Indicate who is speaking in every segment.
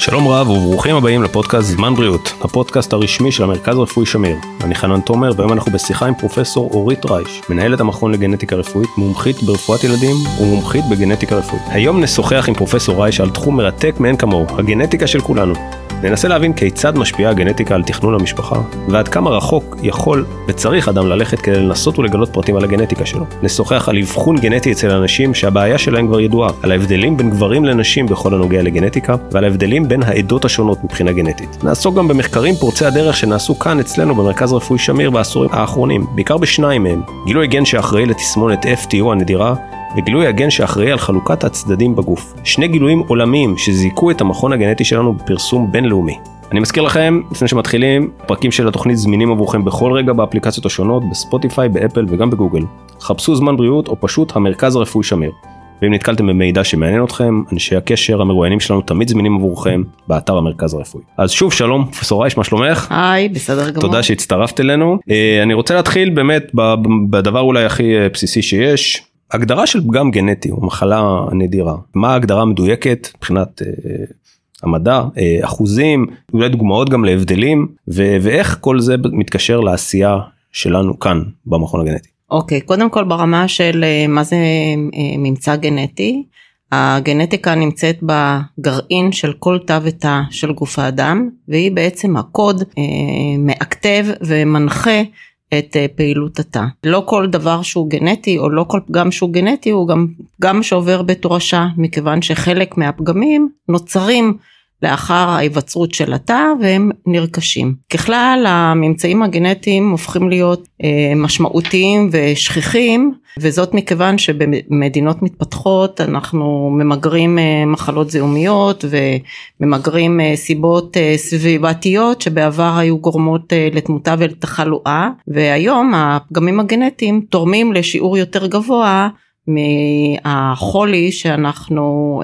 Speaker 1: שלום רב וברוכים הבאים לפודקאסט זמן בריאות, הפודקאסט הרשמי של המרכז הרפואי שמיר. אני חנן תומר, והיום אנחנו בשיחה עם פרופסור אורית רייש, מנהלת המכון לגנטיקה רפואית, מומחית ברפואת ילדים ומומחית בגנטיקה רפואית. היום נשוחח עם פרופסור רייש על תחום מרתק מאין כמוהו, הגנטיקה של כולנו. ננסה להבין כיצד משפיעה הגנטיקה על תכנון המשפחה, ועד כמה רחוק יכול וצריך אדם ללכת כדי לנסות ולגלות פרטים על הגנטיקה שלו. נשוחח על אבחון גנטי אצל אנשים שהבעיה שלהם כבר ידועה, על ההבדלים בין גברים לנשים בכל הנוגע לגנטיקה, ועל ההבדלים בין העדות השונות מבחינה גנטית. נעסוק גם במחקרים פורצי הדרך שנעשו כאן אצלנו במרכז רפואי שמיר בעשורים האחרונים, בעיקר בשניים מהם. גילוי הגן שאחראי לתסמונת FTO הנדירה, וגילוי הגן שאחראי על חלוקת הצדדים בגוף. שני גילויים עולמיים שזיקו את המכון הגנטי שלנו בפרסום בינלאומי. אני מזכיר לכם, לפני שמתחילים, פרקים של התוכנית זמינים עבורכם בכל רגע באפליקציות השונות, בספוטיפיי, באפל וגם בגוגל. חפשו זמן בריאות או פשוט המרכז הרפואי שמיר. ואם נתקלתם במידע שמעניין אתכם, אנשי הקשר המרואיינים שלנו תמיד זמינים עבורכם באתר המרכז הרפואי. אז שוב שלום, פרופסור רייש, מה שלומך?
Speaker 2: היי, בסדר גמור.
Speaker 1: תודה שהצטרפת אלינו. אני רוצה להתחיל באמת בדבר אולי הכי בסיסי שיש. הגדרה של פגם גנטי או מחלה נדירה, מה ההגדרה המדויקת מבחינת המדע, אחוזים, אולי דוגמאות גם להבדלים, ואיך כל זה מתקשר לעשייה שלנו כאן במכון הגנטי.
Speaker 2: אוקיי, קודם כל ברמה של מה זה ממצא גנטי, הגנטיקה נמצאת בגרעין של כל תא ותא של גוף האדם, והיא בעצם הקוד מאקטב ומנחה את פעילות התא. לא כל דבר שהוא גנטי או לא כל פגם שהוא גנטי הוא גם שעובר בתורשה, מכיוון שחלק מהפגמים נוצרים לאחר ההיווצרות של התא והם נרכשים. ככלל הממצאים הגנטיים הופכים להיות משמעותיים ושכיחים, וזאת מכיוון שבמדינות מתפתחות אנחנו ממגרים מחלות זיהומיות וממגרים סיבות סביבתיות שבעבר היו גורמות לתמותה ולתחלואה, והיום הפגמים הגנטיים תורמים לשיעור יותר גבוה מהחולי שאנחנו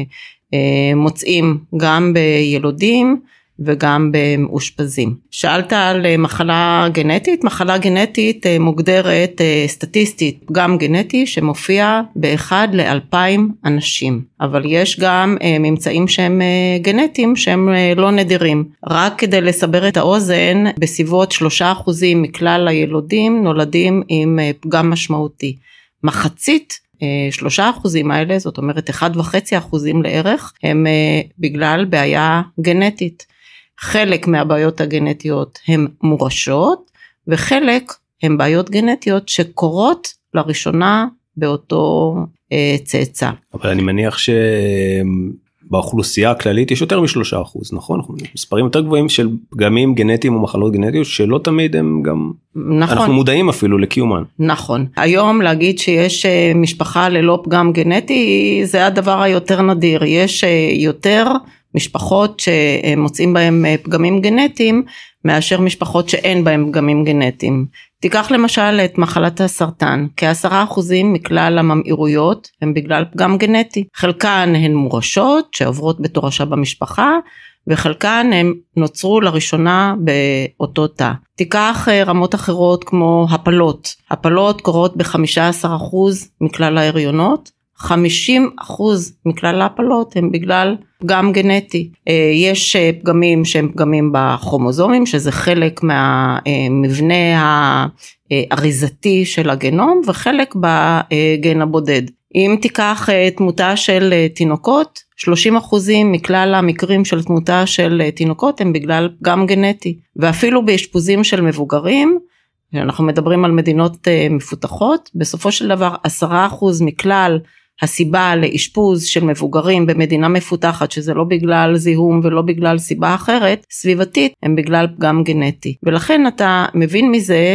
Speaker 2: מוצאים גם בילודים וגם במאושפזים. שאלת על מחלה גנטית, מחלה גנטית מוגדרת סטטיסטית, פגם גנטי שמופיע באחד ל-2,000 אנשים, אבל יש גם ממצאים שהם גנטיים שהם לא נדירים. רק כדי לסבר את האוזן, בסביבות 3% מכלל הילודים נולדים עם פגם משמעותי. מחצית 3% האלה, זאת אומרת 1.5% לערך, הם בגלל בעיה גנטית. חלק מהבעיות הגנטיות הן מורשות, וחלק הן בעיות גנטיות שקורות לראשונה באותו צאצא.
Speaker 1: אבל אני מניח באוכלוסייה הכללית יש יותר מ3%, נכון? מספרים יותר גבוהים של פגמים גנטיים או מחלות גנטיות שלא תמיד הם גם, נכון. אנחנו מודעים אפילו לקיומן.
Speaker 2: נכון. היום להגיד שיש משפחה ללא פגם גנטי, זה הדבר היותר נדיר. יש יותר משפחות שמוצאים בהם פגמים גנטיים, מאשר משפחות שאין בהם פגמים גנטיים. תיקח למשל את מחלת הסרטן, כ10% מכלל הממאירויות הם בגלל פגם גנטי. חלקן הן מורשות שעוברות בתורשה במשפחה, וחלקן הם נוצרו לראשונה באותו תא. תיקח רמות אחרות כמו הפלות. הפלות קורות ב15% מכלל ההריונות, 50% מכלל ההפלות הם בגלל פגם גנטי. יש פגמים שהם פגמים בכרומוזומים, שזה חלק מהמבנה האריזתי של הגנום, וחלק בגן הבודד. אם תיקח תמותה של תינוקות, 30% מכלל המקרים של תמותה של תינוקות הם בגלל פגם גנטי. ואפילו באשפוזים של מבוגרים, אנחנו מדברים על מדינות מפותחות, בסופו של דבר 10% מכלל הסיבה לאשפוז של מבוגרים במדינה מפותחת, שזה לא בגלל זיהום ולא בגלל סיבה אחרת, סביבתית, הם בגלל פגם גנטי. ולכן אתה מבין מזה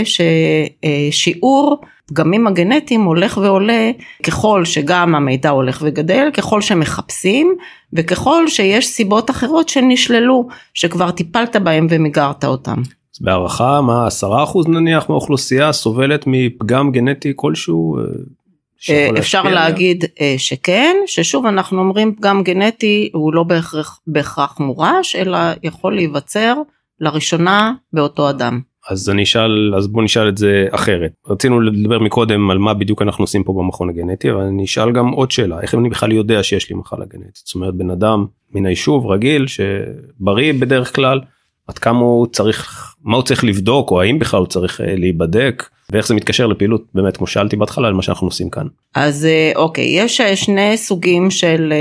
Speaker 2: ששיעור פגמים הגנטיים הולך ועולה, ככל שגם המידע הולך וגדל, ככל שמחפשים, וככל שיש סיבות אחרות שנשללו, שכבר טיפלת בהם ומיגרת אותם.
Speaker 1: אז בהערכה, מה 10% נניח מהאוכלוסייה סובלת מפגם גנטי כלשהו?
Speaker 2: אפשר להגיד שכן, ששוב אנחנו אומרים פגם גנטי הוא לא בהכרח מורש, אלא יכול להיווצר לראשונה באותו אדם.
Speaker 1: אז בוא נשאל את זה אחרת. רצינו לדבר מקודם על מה בדיוק אנחנו עושים פה במכון הגנטי, אבל אני אשאל גם עוד שאלה, איך אני בכלל יודע שיש לי מחלה גנטית? זאת אומרת, בן אדם מן היישוב רגיל, שבריא בדרך כלל, עד כמה הוא צריך, מה הוא צריך לבדוק, או האם בכלל הוא צריך להיבדק, ואיך זה מתקשר לפעילות, באמת, כמו שאלתי בהתחלה, על מה שאנחנו עושים כאן.
Speaker 2: אז אוקיי, יש שני סוגים של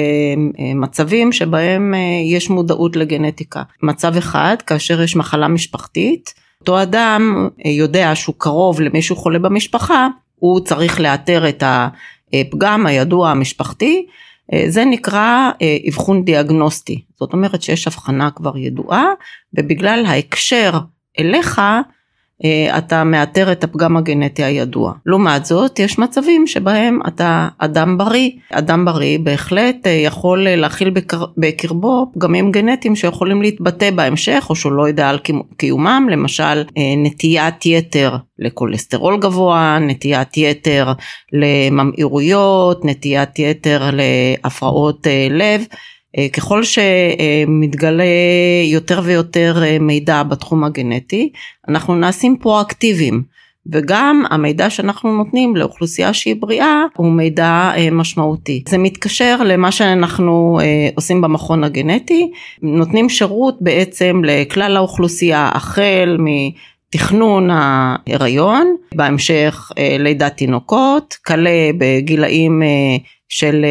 Speaker 2: מצבים שבהם יש מודעות לגנטיקה. מצב אחד, כאשר יש מחלה משפחתית, אותו אדם יודע שהוא קרוב למישהו חולה במשפחה, הוא צריך לאתר את הפגם הידוע המשפחתי, זה נקרא אבחון דיאגנוסטי, זאת אומרת שיש הבחנה כבר ידועה, ובגלל ההקשר אליך, אתה מאתר את הפגם הגנטי הידוע. לעומת זאת, יש מצבים שבהם אתה אדם בריא. אדם בריא בהחלט יכול להכיל בקרבו פגמים גנטיים שיכולים להתבטא בהמשך, או שהוא לא יודע על קיומם, למשל נטיית יתר לקולסטרול גבוה, נטיית יתר לממאירויות, נטיית יתר להפרעות לב. ככל שמתגלה יותר ויותר מידע בתחום הגנטי, אנחנו נעשים פרואקטיביים, וגם המידע שאנחנו נותנים לאוכלוסייה שהיא בריאה, הוא מידע משמעותי. זה מתקשר למה שאנחנו עושים במכון הגנטי, נותנים שירות בעצם לכלל האוכלוסייה, החל מתכנון ההיריון, בהמשך לידת תינוקות, כלה בגילאים של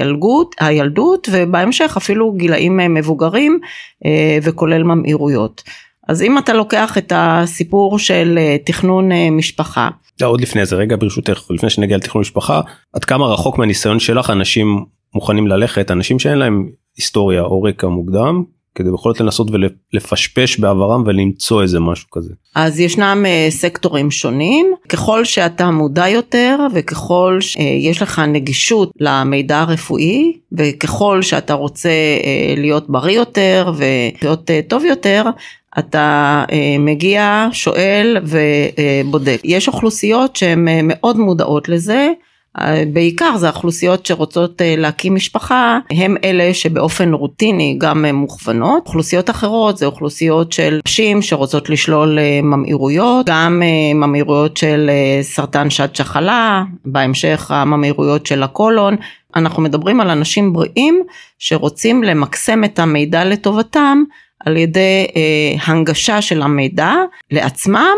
Speaker 2: הילדות, ובהמשך אפילו גילאים מבוגרים, וכולל ממאירויות. אז אם אתה לוקח את הסיפור של תכנון משפחה.
Speaker 1: עוד לפני זה, רגע ברשותך, לפני שנגיע לתכנון משפחה, עד כמה רחוק מהניסיון שלך אנשים מוכנים ללכת, אנשים שאין להם היסטוריה או רקע מוקדם, כדי בכל זאת לנסות ולפשפש בעברם ולמצוא איזה משהו כזה.
Speaker 2: אז ישנם סקטורים שונים, ככל שאתה מודע יותר וככל שיש לך נגישות למידע הרפואי, וככל שאתה רוצה להיות בריא יותר ולהיות טוב יותר, אתה מגיע, שואל ובודק. יש אוכלוסיות שהן מאוד מודעות לזה, בעיקר זה האוכלוסיות שרוצות להקים משפחה, הם אלה שבאופן רוטיני גם מוכוונות. אוכלוסיות אחרות זה אוכלוסיות של נשים שרוצות לשלול ממאירויות, גם ממאירויות של סרטן שד שחלה, בהמשך הממאירויות של הקולון. אנחנו מדברים על אנשים בריאים שרוצים למקסם את המידע לטובתם, על ידי הנגשה של המידע לעצמם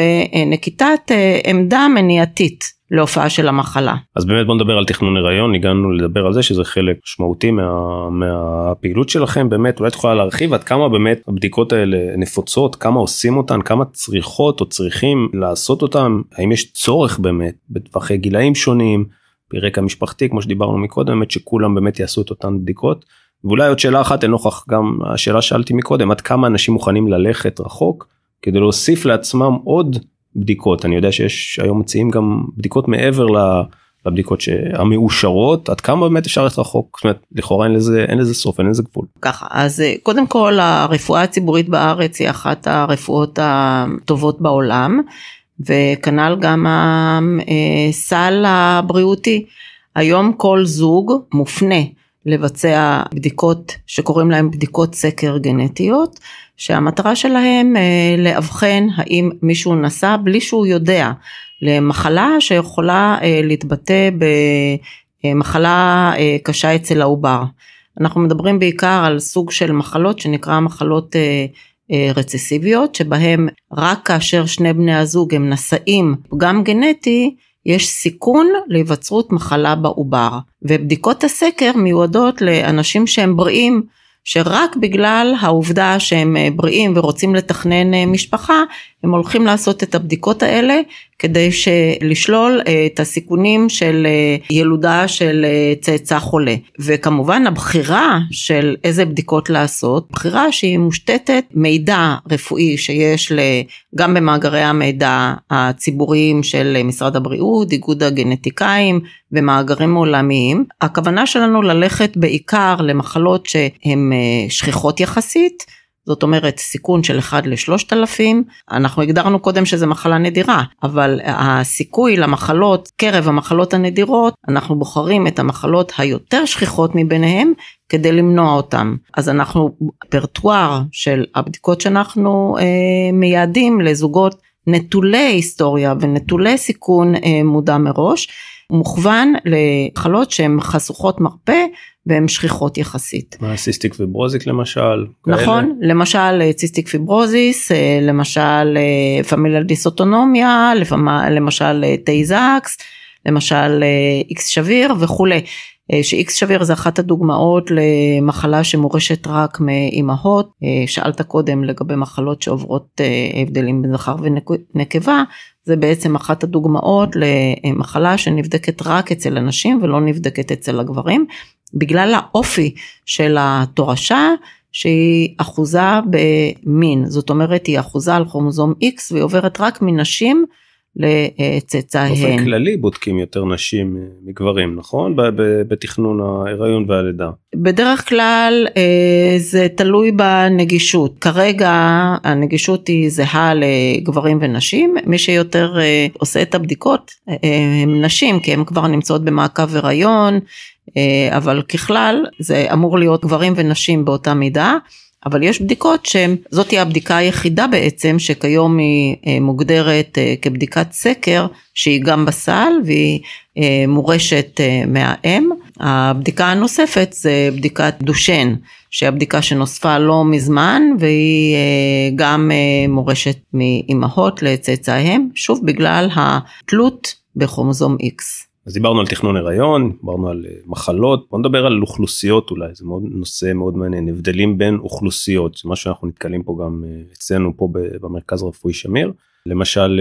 Speaker 2: ונקיטת עמדה מניעתית להופעה של המחלה.
Speaker 1: אז באמת בוא נדבר על תכנון הריון, הגענו לדבר על זה שזה חלק משמעותי מהפעילות שלכם, באמת אולי תוכל להרחיב עד כמה באמת הבדיקות האלה נפוצות, כמה עושים אותן, כמה צריכות או צריכים לעשות אותן, האם יש צורך באמת בטווחי גילאים שונים, ברקע משפחתי כמו שדיברנו מקודם, באמת שכולם באמת יעשו את אותן בדיקות, ואולי עוד שאלה אחת לנוכח גם השאלה שאלתי מקודם, עד כמה אנשים מוכנים ללכת רחוק, כדי להוסיף לעצמם עוד בדיקות. אני יודע שיש היום מציעים גם בדיקות מעבר לבדיקות המאושרות, עד כמה באמת אפשר ללכת רחוק, זאת אומרת, לכאורה אין לזה סוף, אין לזה גבול.
Speaker 2: ככה, אז קודם כל הרפואה הציבורית בארץ היא אחת הרפואות הטובות בעולם, וכנ"ל גם הסל הבריאותי. היום כל זוג מופנה לבצע בדיקות שקוראים להם בדיקות סקר גנטיות, שהמטרה שלהם לאבחן האם מישהו נסע בלי שהוא יודע למחלה שיכולה להתבטא במחלה קשה אצל העובר. אנחנו מדברים בעיקר על סוג של מחלות שנקרא מחלות רצסיביות, שבהם רק כאשר שני בני הזוג הם נשאים פגם גנטי, יש סיכון להיווצרות מחלה בעובר, ובדיקות הסקר מיועדות לאנשים שהם בריאים, שרק בגלל העובדה שהם בריאים ורוצים לתכנן משפחה, הם הולכים לעשות את הבדיקות האלה, כדי לשלול את הסיכונים של ילודה של צאצא חולה. וכמובן הבחירה של איזה בדיקות לעשות, בחירה שהיא מושתתת מידע רפואי שיש גם במאגרי המידע הציבוריים של משרד הבריאות, איגוד הגנטיקאים ומאגרים עולמיים. הכוונה שלנו ללכת בעיקר למחלות שהן שכיחות יחסית, זאת אומרת סיכון של 1 ל-3,000, אנחנו הגדרנו קודם שזה מחלה נדירה, אבל הסיכוי למחלות, קרב המחלות הנדירות, אנחנו בוחרים את המחלות היותר שכיחות מביניהם, כדי למנוע אותם. אז אנחנו, פרטואר של הבדיקות שאנחנו מייעדים לזוגות נטולי היסטוריה ונטולי סיכון מודע מראש, מוכוון למחלות שהן חשוכות מרפא והן שכיחות יחסית.
Speaker 1: מה, סיסטיק פיברוזיס למשל?
Speaker 2: נכון, למשל ציסטיק פיברוזיס, למשל פמיליאל דיסאוטונומיה, למשל טייזקס, למשל איקס שביר וכולי. שאיקס שביר זה אחת הדוגמאות למחלה שמורשת רק מאימהות. שאלת קודם לגבי מחלות שעוברות הבדלים בין זכר ונקבה, זה בעצם אחת הדוגמאות למחלה שנבדקת רק אצל הנשים ולא נבדקת אצל הגברים, בגלל האופי של התורשה שהיא אחוזה במין, זאת אומרת היא אחוזה על כרומוזום X והיא עוברת רק מנשים לצאצאיהן.
Speaker 1: באופן כללי בודקים יותר נשים מגברים, נכון? בתכנון ההיריון והלידה.
Speaker 2: בדרך כלל זה תלוי בנגישות, כרגע הנגישות היא זהה לגברים ונשים, מי שיותר עושה את הבדיקות הם נשים, כי הן כבר נמצאות במעקב הריון, אבל ככלל זה אמור להיות גברים ונשים באותה מידה, אבל יש בדיקות שזאת היא הבדיקה היחידה בעצם שכיום היא מוגדרת כבדיקת סקר שהיא גם בסל והיא מורשת מהאם. הבדיקה הנוספת זה בדיקת דושן, שהיא הבדיקה שנוספה לא מזמן והיא גם מורשת מאימהות לצאצאיהם, שוב בגלל התלות בכרומוזום X.
Speaker 1: אז דיברנו על תכנון הריון, דיברנו על מחלות, בוא נדבר על אוכלוסיות אולי, זה נושא מאוד מעניין, הבדלים בין אוכלוסיות, זה מה שאנחנו נתקלים פה גם אצלנו פה במרכז רפואי שמיר, למשל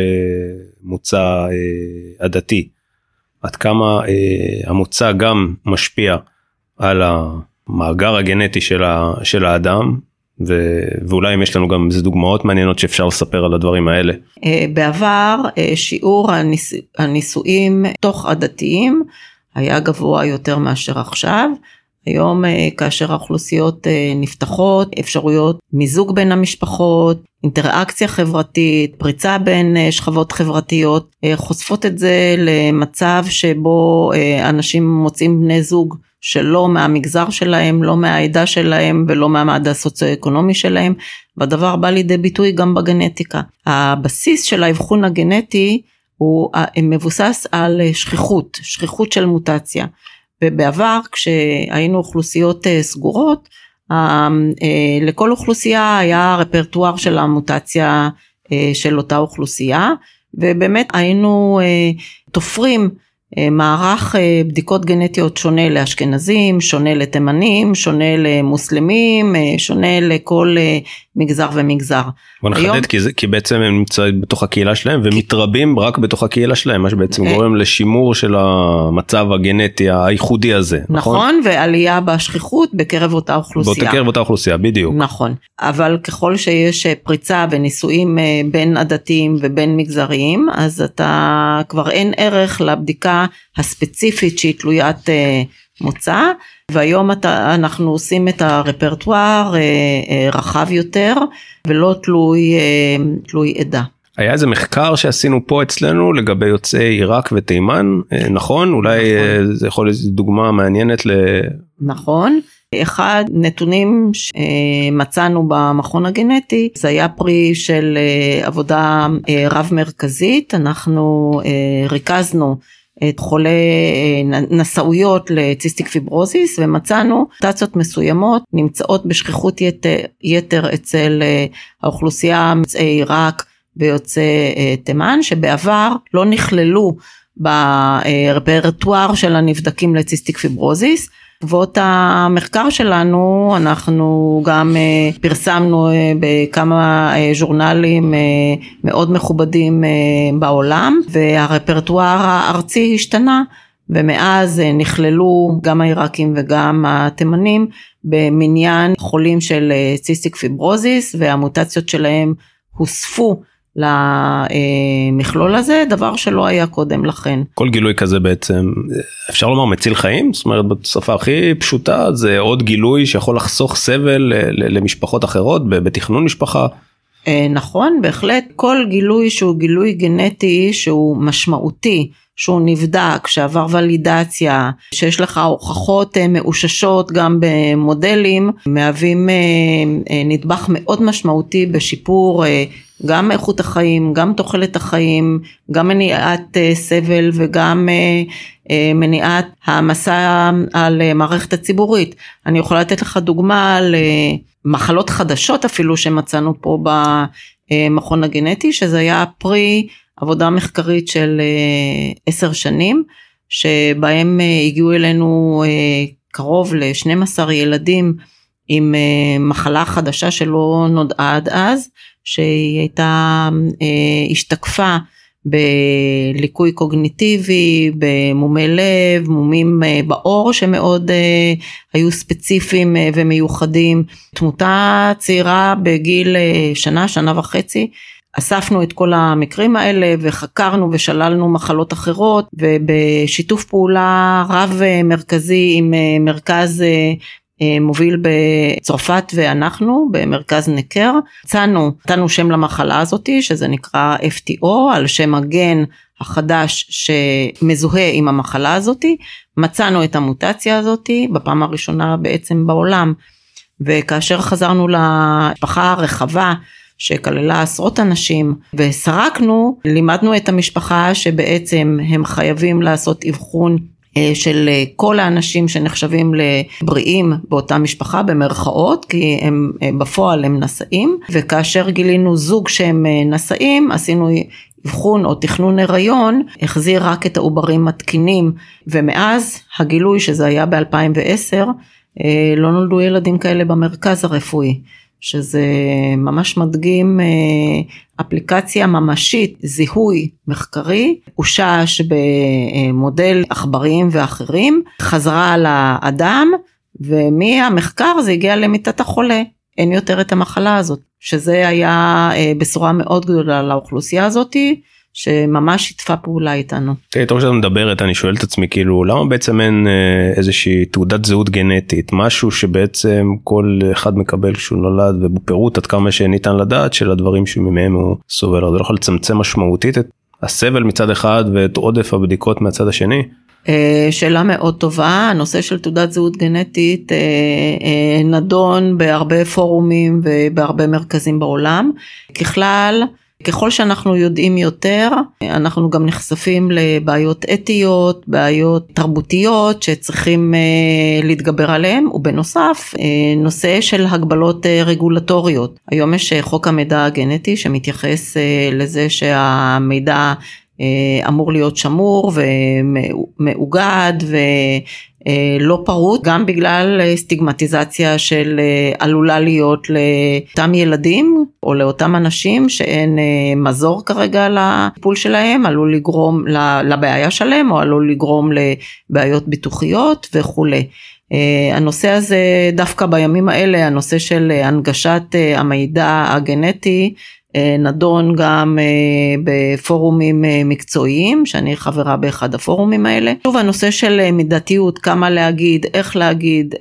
Speaker 1: מוצא עדתי, עד כמה המוצא גם משפיע על המאגר הגנטי של האדם, ואולי אם יש לנו גם איזה דוגמאות מעניינות שאפשר לספר על הדברים האלה.
Speaker 2: בעבר שיעור הנישואים תוך עדתיים היה גבוה יותר מאשר עכשיו, היום כאשר האוכלוסיות נפתחות, אפשרויות מיזוג בין המשפחות, אינטראקציה חברתית, פריצה בין שכבות חברתיות, חושפות את זה למצב שבו אנשים מוצאים בני זוג שלא מהמגזר שלהם, לא מהעדה שלהם ולא מהמעמד הסוציו-אקונומי שלהם, והדבר בא לידי ביטוי גם בגנטיקה. הבסיס של האבחון הגנטי הוא מבוסס על שכיחות של מוטציה, ובעבר כשהיינו אוכלוסיות סגורות, לכל אוכלוסייה היה רפרטואר של המוטציה של אותה אוכלוסייה, ובאמת היינו תופרים מערך בדיקות גנטיות שונה לאשכנזים, שונה לתימנים, שונה למוסלמים, שונה לכל מגזר ומגזר.
Speaker 1: בוא נחדד, כי בעצם הם נמצאים בתוך הקהילה שלהם ומתרבים רק בתוך הקהילה שלהם, מה שבעצם גורם לשימור של המצב הגנטי הייחודי הזה.
Speaker 2: נכון, ועלייה בשכיחות בקרב אותה אוכלוסייה.
Speaker 1: בקרב אותה אוכלוסייה, בדיוק.
Speaker 2: נכון, אבל ככל שיש פריצה וניסויים בין עדתיים ובין מגזריים, אז אתה כבר אין ערך לבדיקה הספציפית שהיא תלוית מוצא, והיום אנחנו עושים את הרפרטואר רחב יותר, ולא תלוי עדה.
Speaker 1: היה איזה מחקר שעשינו פה אצלנו לגבי יוצאי עיראק ותימן, נכון? אולי זה יכול להיות דוגמה מעניינת
Speaker 2: נכון. אחד נתונים שמצאנו במכון הגנטי, זה היה פרי של עבודה רב מרכזית, אנחנו ריכזנו את חולי נשאויות לציסטיק פיברוזיס, ומצאנו מוטציות מסוימות נמצאות בשכיחות יתר אצל האוכלוסייה יוצאי עיראק ויוצאי תימן, שבעבר לא נכללו ברפרטואר של הנבדקים לציסטיק פיברוזיס. בעקבות המחקר שלנו אנחנו גם פרסמנו בכמה ז'ורנלים מאוד מכובדים בעולם, והרפרטואר הארצי השתנה, ומאז נכללו גם העיראקים וגם התימנים במניין חולים של ציסטיק פיברוזיס, והמוטציות שלהם הוספו למכלול הזה, דבר שלא היה קודם לכן.
Speaker 1: כל גילוי כזה בעצם, אפשר לומר מציל חיים? זאת אומרת, בשפה הכי פשוטה, זה עוד גילוי שיכול לחסוך סבל למשפחות אחרות, בתכנון משפחה.
Speaker 2: נכון, בהחלט, כל גילוי שהוא גילוי גנטי, שהוא משמעותי, שהוא נבדק, שעבר ולידציה, שיש לך הוכחות מאוששות גם במודלים, מהווים נדבך מאוד משמעותי בשיפור גם איכות החיים, גם תוחלת החיים, גם מניעת סבל וגם מניעת העמסה על מערכת הציבורית. אני יכולה לתת לך דוגמה על מחלות חדשות אפילו שמצאנו פה במכון הגנטי, שזה היה פרי עבודה מחקרית של 10 שנים, שבהם הגיעו אלינו קרוב ל-12 ילדים עם מחלה חדשה שלא נודעה עד אז, שהיא הייתה השתקפה בליקוי קוגניטיבי, במומי לב, מומים בעור שמאוד היו ספציפיים ומיוחדים, תמותה צעירה בגיל שנה וחצי, אספנו את כל המקרים האלה וחקרנו ושללנו מחלות אחרות, ובשיתוף פעולה רב מרכזי עם מרכז מוביל בצרפת ואנחנו במרכז נקר, נתנו שם למחלה הזאת שזה נקרא FTO על שם הגן החדש שמזוהה עם המחלה הזאת, מצאנו את המוטציה הזאת בפעם הראשונה בעצם בעולם, וכאשר חזרנו למשפחה הרחבה שכללה עשרות אנשים וסרקנו, לימדנו את המשפחה שבעצם הם חייבים לעשות אבחון של כל האנשים שנחשבים לבריאים באותה משפחה במרכאות, כי הם בפועל הם נשאים, וכאשר גילינו זוג שהם נשאים, עשינו אבחון או תכנון הריון, החזיר רק את העוברים מתקינים, ומאז הגילוי שזה היה ב-2010, לא נולדו ילדים כאלה במרכז הרפואי, שזה ממש מדגים אפליקציה ממשית, זיהוי מחקרי, אושש במודל עכבריים ואחרים, חזרה לאדם, ומהמחקר זה הגיע למיטת החולה, אין יותר את המחלה הזאת, שזה היה בשורה מאוד גדולה לאוכלוסייה הזאת, שממש שיתפה פעולה איתנו.
Speaker 1: טוב שאתה מדברת, אני שואל את עצמי כאילו, למה בעצם אין איזושהי תעודת זהות גנטית, משהו שבעצם כל אחד מקבל כשהוא נולד, ובפירוט עד כמה שניתן לדעת של הדברים שממהם הוא סובל, זה לא יכול לצמצם משמעותית את הסבל מצד אחד, ואת עודף הבדיקות מהצד השני?
Speaker 2: שאלה מאוד טובה, הנושא של תעודת זהות גנטית נדון בהרבה פורומים ובהרבה מרכזים בעולם, ככלל, ככל שאנחנו יודעים יותר, אנחנו גם נחשפים לבעיות אתיות, בעיות תרבותיות שצריכים להתגבר עליהן, ובנוסף, נושא של הגבלות רגולטוריות. היום יש חוק המידע הגנטי שמתייחס לזה שהמידע אמור להיות שמור ומאוגד ולא פרוט, גם בגלל סטיגמטיזציה של עלולה להיות לאותם ילדים או לאותם אנשים שאין מזור כרגע לטיפול שלהם, עלול לגרום לבעיה שלהם או עלול לגרום לבעיות ביטוחיות וכו'. הנושא הזה דווקא בימים האלה, הנושא של הנגשת המידע הגנטי, נדון גם בפורומים מקצועיים, שאני חברה באחד הפורומים האלה. שוב, הנושא של מידתיות, כמה להגיד, איך להגיד,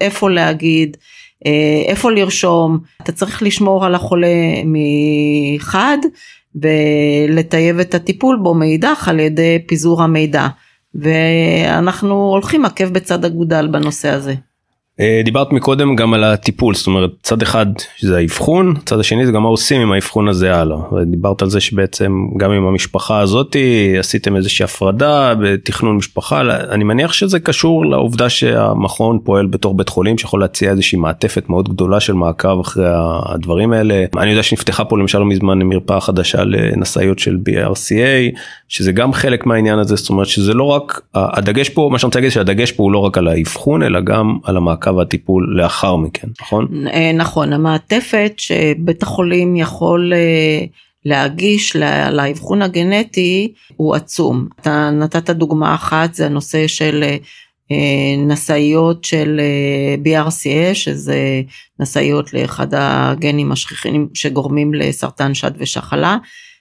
Speaker 2: איפה לרשום, אתה צריך לשמור על החולה מחד, ולטייב את הטיפול בו מאידך על ידי פיזור המידע. ואנחנו הולכים עקב בצד אגודל בנושא הזה.
Speaker 1: דיברת מקודם גם על הטיפול, זאת אומרת צד אחד שזה האבחון, צד השני זה גם מה עושים עם האבחון הזה הלאה, ודיברת על זה שבעצם גם עם המשפחה הזאת עשיתם איזושהי הפרדה בתכנון משפחה, אני מניח שזה קשור לעובדה שהמכון פועל בתור בית חולים שיכול להציע איזושהי מעטפת מאוד גדולה של מעקב אחרי הדברים האלה, אני יודע שנפתחה פה למשל לא מזמן מרפאה חדשה לנשאיות של BRCA, שזה גם חלק מהעניין הזה, זאת אומרת שזה לא רק, הדגש פה, מה שאני רוצה להגיד שהדגש פה הוא לא רק על האבחון, אלא גם על המעקב והטיפול לאחר מכן, נכון?
Speaker 2: נכון, המעטפת שבית החולים יכול להגיש לאבחון הגנטי הוא עצום. אתה נתת דוגמה אחת, זה הנושא של נשאיות של BRCA, שזה נשאיות לאחד הגנים השכיחים שגורמים לסרטן שד ושחלה.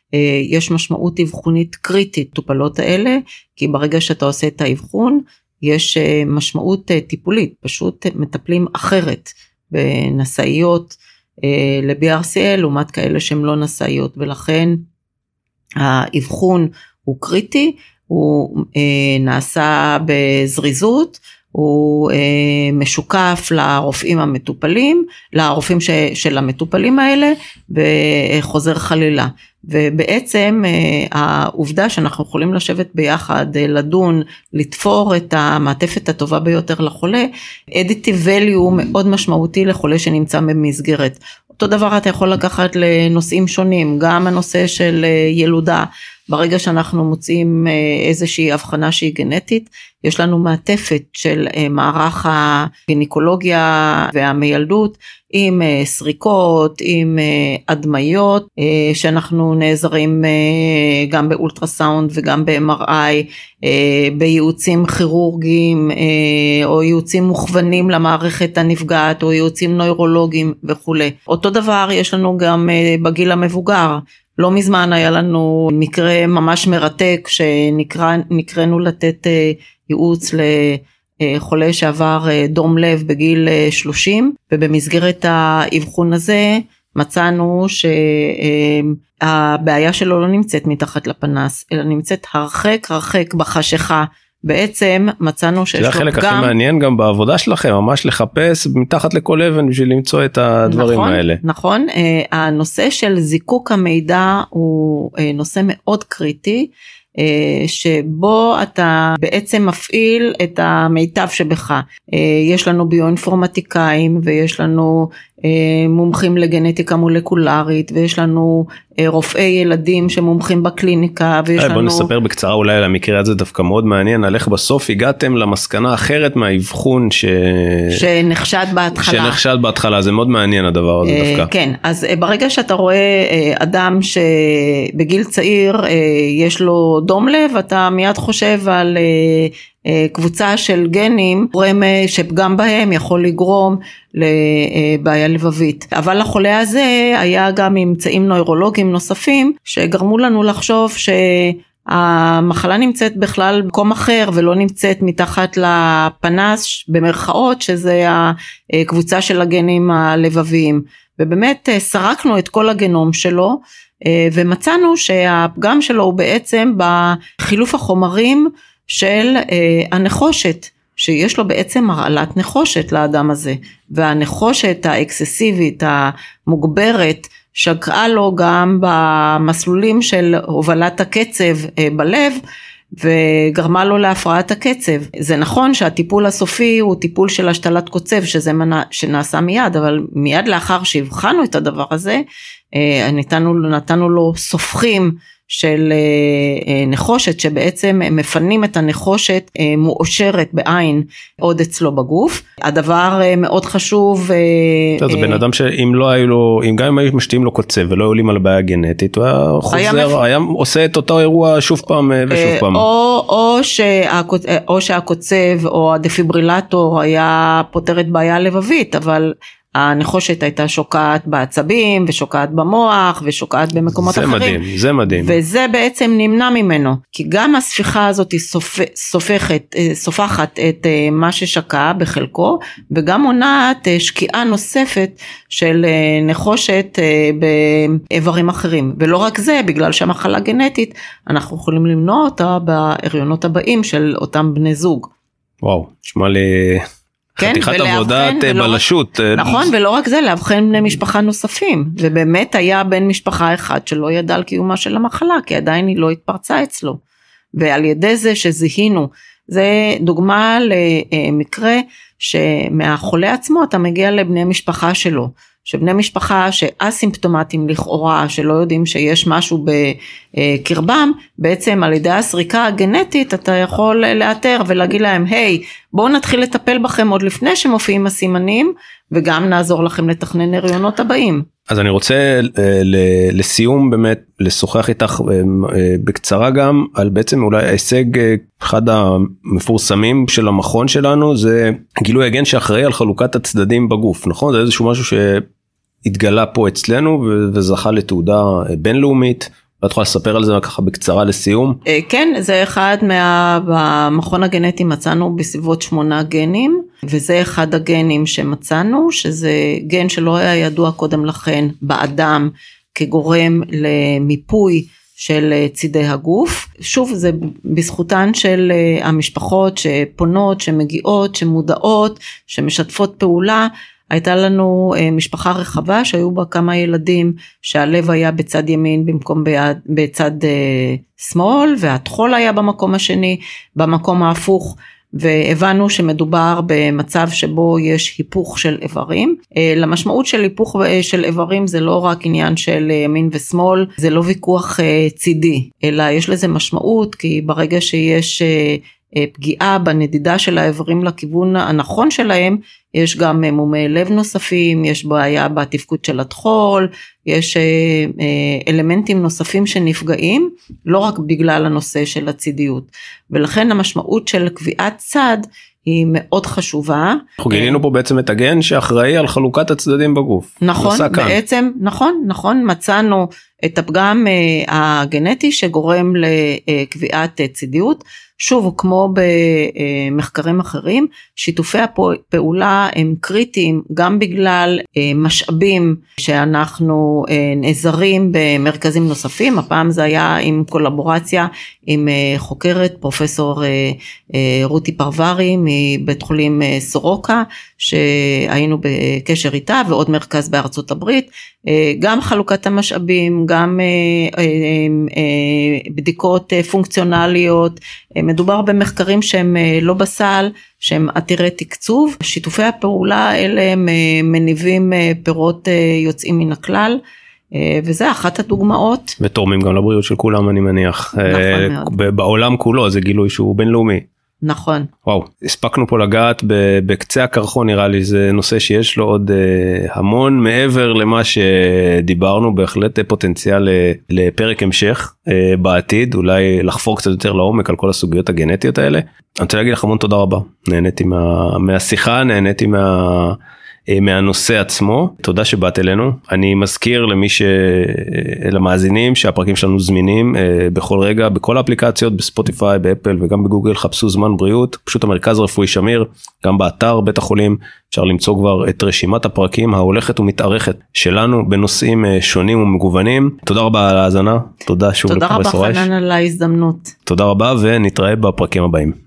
Speaker 2: יש משמעות אבחונית קריטית טופלות האלה, כי ברגע שאתה עושה את האבחון, יש משמעות טיפולית, פשוט מטפלים אחרת בנשאיות ל-BRCA, לעומת כאלה שהם לא נשאיות, ולכן האבחון הוא קריטי, הוא נעשה בזריזות, הוא משוקף לרופאים המטופלים, לרופאים של המטופלים האלה, וחוזר חלילה. ובעצם העובדה שאנחנו יכולים לשבת ביחד, לדון, לתפור את המעטפת הטובה ביותר לחולה, additive value מאוד משמעותי לחולה שנמצא במסגרת. אותו דבר אתה יכול לקחת לנושאים שונים, גם הנושא של ילודה, ברגע שאנחנו מוצאים איזושהי הבחנה שהיא גנטית, יש לנו מעטפת של מערך הגינקולוגיה והמיילדות, עם סריקות, עם הדמיות, שאנחנו נעזרים גם באולטרסאונד וגם ב-MRI, בייעוצים כירורגיים, או ייעוצים מוכוונים למערכת הנפגעת, או ייעוצים נוירולוגיים וכו'. אותו דבר יש לנו גם בגיל המבוגר, לא מזמן היה לנו מקרה ממש מרתק, שנקראנו לתת ייעוץ לחולה שעבר דום לב בגיל 30, ובמסגרת האבחון הזה מצאנו שהבעיה שלו לא נמצאת מתחת לפנס, אלא נמצאת הרחק בחשיכה. בעצם מצאנו שיש לו גם...
Speaker 1: זה החלק הכי מעניין גם בעבודה שלכם, ממש לחפש מתחת לכל אבן בשביל למצוא את הדברים האלה.
Speaker 2: נכון, הנושא של זיקוק המידע הוא נושא מאוד קריטי, שבו אתה בעצם מפעיל את המיטב שבך. יש לנו ביואינפורמטיקאים, ויש לנו מומחים לגנטיקה מולקולרית, ויש לנו רופאי ילדים שמומחים בקליניקה, ויש לנו...
Speaker 1: בוא נספר בקצרה אולי על המקרה הזה, דווקא מאוד מעניין, על איך בסוף הגעתם למסקנה אחרת מהאבחון
Speaker 2: שנחשד בהתחלה.
Speaker 1: שנחשד בהתחלה, זה מאוד מעניין הדבר הזה דווקא.
Speaker 2: כן, אז ברגע שאתה רואה אדם שבגיל צעיר יש לו דום לב, אתה מיד חושב על... קבוצה של גנים, שפגם בהם יכול לגרום לבעיה לבבית. אבל החולה הזה היה גם ממצאים נוירולוגיים נוספים, שגרמו לנו לחשוב שהמחלה נמצאת בכלל במקום אחר, ולא נמצאת מתחת לפנס, במרכאות, שזה הקבוצה של הגנים הלבביים. ובאמת סרקנו את כל הגנום שלו, ומצאנו שהפגם שלו הוא בעצם בחילוף החומרים, של הנחושת, שיש לו בעצם הרעלת נחושת לאדם הזה, והנחושת האקססיבית, המוגברת, שקעה לו גם במסלולים של הובלת הקצב בלב, וגרמה לו להפרעת הקצב. זה נכון שהטיפול הסופי הוא טיפול של השתלת קוצב, שזה שנעשה מיד, אבל מיד לאחר שהבחנו את הדבר הזה, נתנו לו סופחים, של נחושת, שבעצם מפנים את הנחושת מאושרת בעין עוד אצלו בגוף. הדבר מאוד חשוב.
Speaker 1: זה בן אדם שאם לא היו לו, אם גם אם היו משתים לו קוצב ולא עולים על הבעיה גנטית, הוא היה חוזר, היה עושה את אותו אירוע שוב פעם ושוב פעם.
Speaker 2: או שהקוצב או הדפיברילטור היה פותרת בעיה לבבית, אבל הנחושת הייתה שוקעת בעצבים, ושוקעת במוח, ושוקעת במקומות אחרים.
Speaker 1: זה מדהים, זה מדהים.
Speaker 2: וזה בעצם נמנע ממנו, כי גם הספיחה הזאת סופחת את מה ששקע בחלקו, וגם מונעת שקיעה נוספת של נחושת באיברים אחרים. ולא רק זה, בגלל שהמחלה גנטית, אנחנו יכולים למנוע אותה בהריונות הבאים של אותם בני זוג.
Speaker 1: וואו, נשמע לי... חתיכת עבודת בלשות.
Speaker 2: נכון, ולא רק זה, להבחן בני משפחה נוספים, ובאמת היה בן משפחה אחד שלא ידע על קיומה של המחלה, כי עדיין היא לא התפרצה אצלו, ועל ידי זה שזיהינו, זה דוגמה למקרה שמהחולה עצמו אתה מגיע לבני משפחה שלו, שבני משפחה שאסימפטומטיים לכאורה, שלא יודעים שיש משהו בקרבם, בעצם על ידי הסריקה הגנטית אתה יכול לאתר ולהגיד להם, היי, בואו נתחיל לטפל בכם עוד לפני שמופיעים הסימנים, וגם נעזור לכם לתכנן הריונות הבאים.
Speaker 1: אז אני רוצה לסיום באמת לשוחח איתך בקצרה גם על בעצם אולי ההישג אחד המפורסמים של המכון שלנו, זה גילוי הגן שאחראי על חלוקת הצדדים בגוף, נכון? זה איזשהו משהו שהתגלה פה אצלנו וזכה לתעודה בינלאומית, ואת יכולה לספר על זה ככה בקצרה לסיום?
Speaker 2: כן, זה אחד במכון הגנטי מצאנו בסביבות 8 גנים, וזה אחד הגנים שמצאנו, שזה גן שלא היה ידוע קודם לכן באדם, כגורם למיפוי של צידי הגוף. שוב, זה בזכותן של המשפחות שפונות, שמגיעות, שמודעות, שמשתפות פעולה. הייתה לנו משפחה רחבה שהיו בה כמה ילדים שהלב היה בצד ימין במקום בצד שמאל, והתחול היה במקום השני, במקום ההפוך, והבנו שמדובר במצב שבו יש היפוך של איברים. למשמעות של היפוך של איברים זה לא רק עניין של ימין ושמאל, זה לא ויכוח צידי, אלא יש לזה משמעות, כי ברגע שיש פגיעה בנדידה של האיברים לכיוון הנכון שלהם, יש גם מומי לב נוספים, יש בעיה בתפקוד של התחול, יש אלמנטים נוספים שנפגעים, לא רק בגלל הנושא של הצידיות, ולכן המשמעות של קביעת צד היא מאוד חשובה.
Speaker 1: אנחנו גילינו פה בעצם את הגן שאחראי על חלוקת הצדדים בגוף.
Speaker 2: נכון, בעצם, נכון, מצאנו את הפגם הגנטי שגורם לקביעת צידיות. שוב, כמו במחקרים אחרים, שיתופי הפעולה הם קריטיים גם בגלל משאבים שאנחנו נעזרים במרכזים נוספים. הפעם זה היה עם קולבורציה עם חוקרת פרופסור רותי פרברי מבית חולים סורוקה, שהיינו בקשר איתה, ועוד מרכז בארצות הברית. גם חלוקת המשאבים, גם בדיקות פונקציונליות. מדובר במחקרים שהם לא בסל, שהם עתירי תקצוב. שיתופי הפעולה האלה הם מניבים פירות יוצאים מן הכלל, וזה אחת הדוגמאות.
Speaker 1: ותורמים גם לבריאות של כולם, אני מניח.
Speaker 2: נכון מאוד.
Speaker 1: בעולם כולו זה גילוי שהוא בינלאומי.
Speaker 2: נכון.
Speaker 1: וואו, הספקנו פה לגעת בקצה הקרחון, נראה לי זה נושא שיש לו עוד המון מעבר למה שדיברנו, בהחלט פוטנציאל לפרק המשך בעתיד, אולי לחפור קצת יותר לעומק על כל הסוגיות הגנטיות האלה. אני רוצה להגיד לך המון תודה רבה, נהניתי מהשיחה, נהניתי מהנושא עצמו, תודה שבאת אלינו. אני מזכיר למאזינים שהפרקים שלנו זמינים בכל רגע, בכל האפליקציות, בספוטיפיי, באפל וגם בגוגל, חפשו זמן בריאות, פשוט המרכז הרפואי שמיר, גם באתר בית החולים, אפשר למצוא כבר את רשימת הפרקים ההולכת ומתארכת שלנו בנושאים שונים ומגוונים. תודה רבה על ההאזנה, תודה שוב
Speaker 2: לפרופסור רייש. תודה רבה חנן על ההזדמנות.
Speaker 1: תודה רבה ונתראה בפרקים הבאים.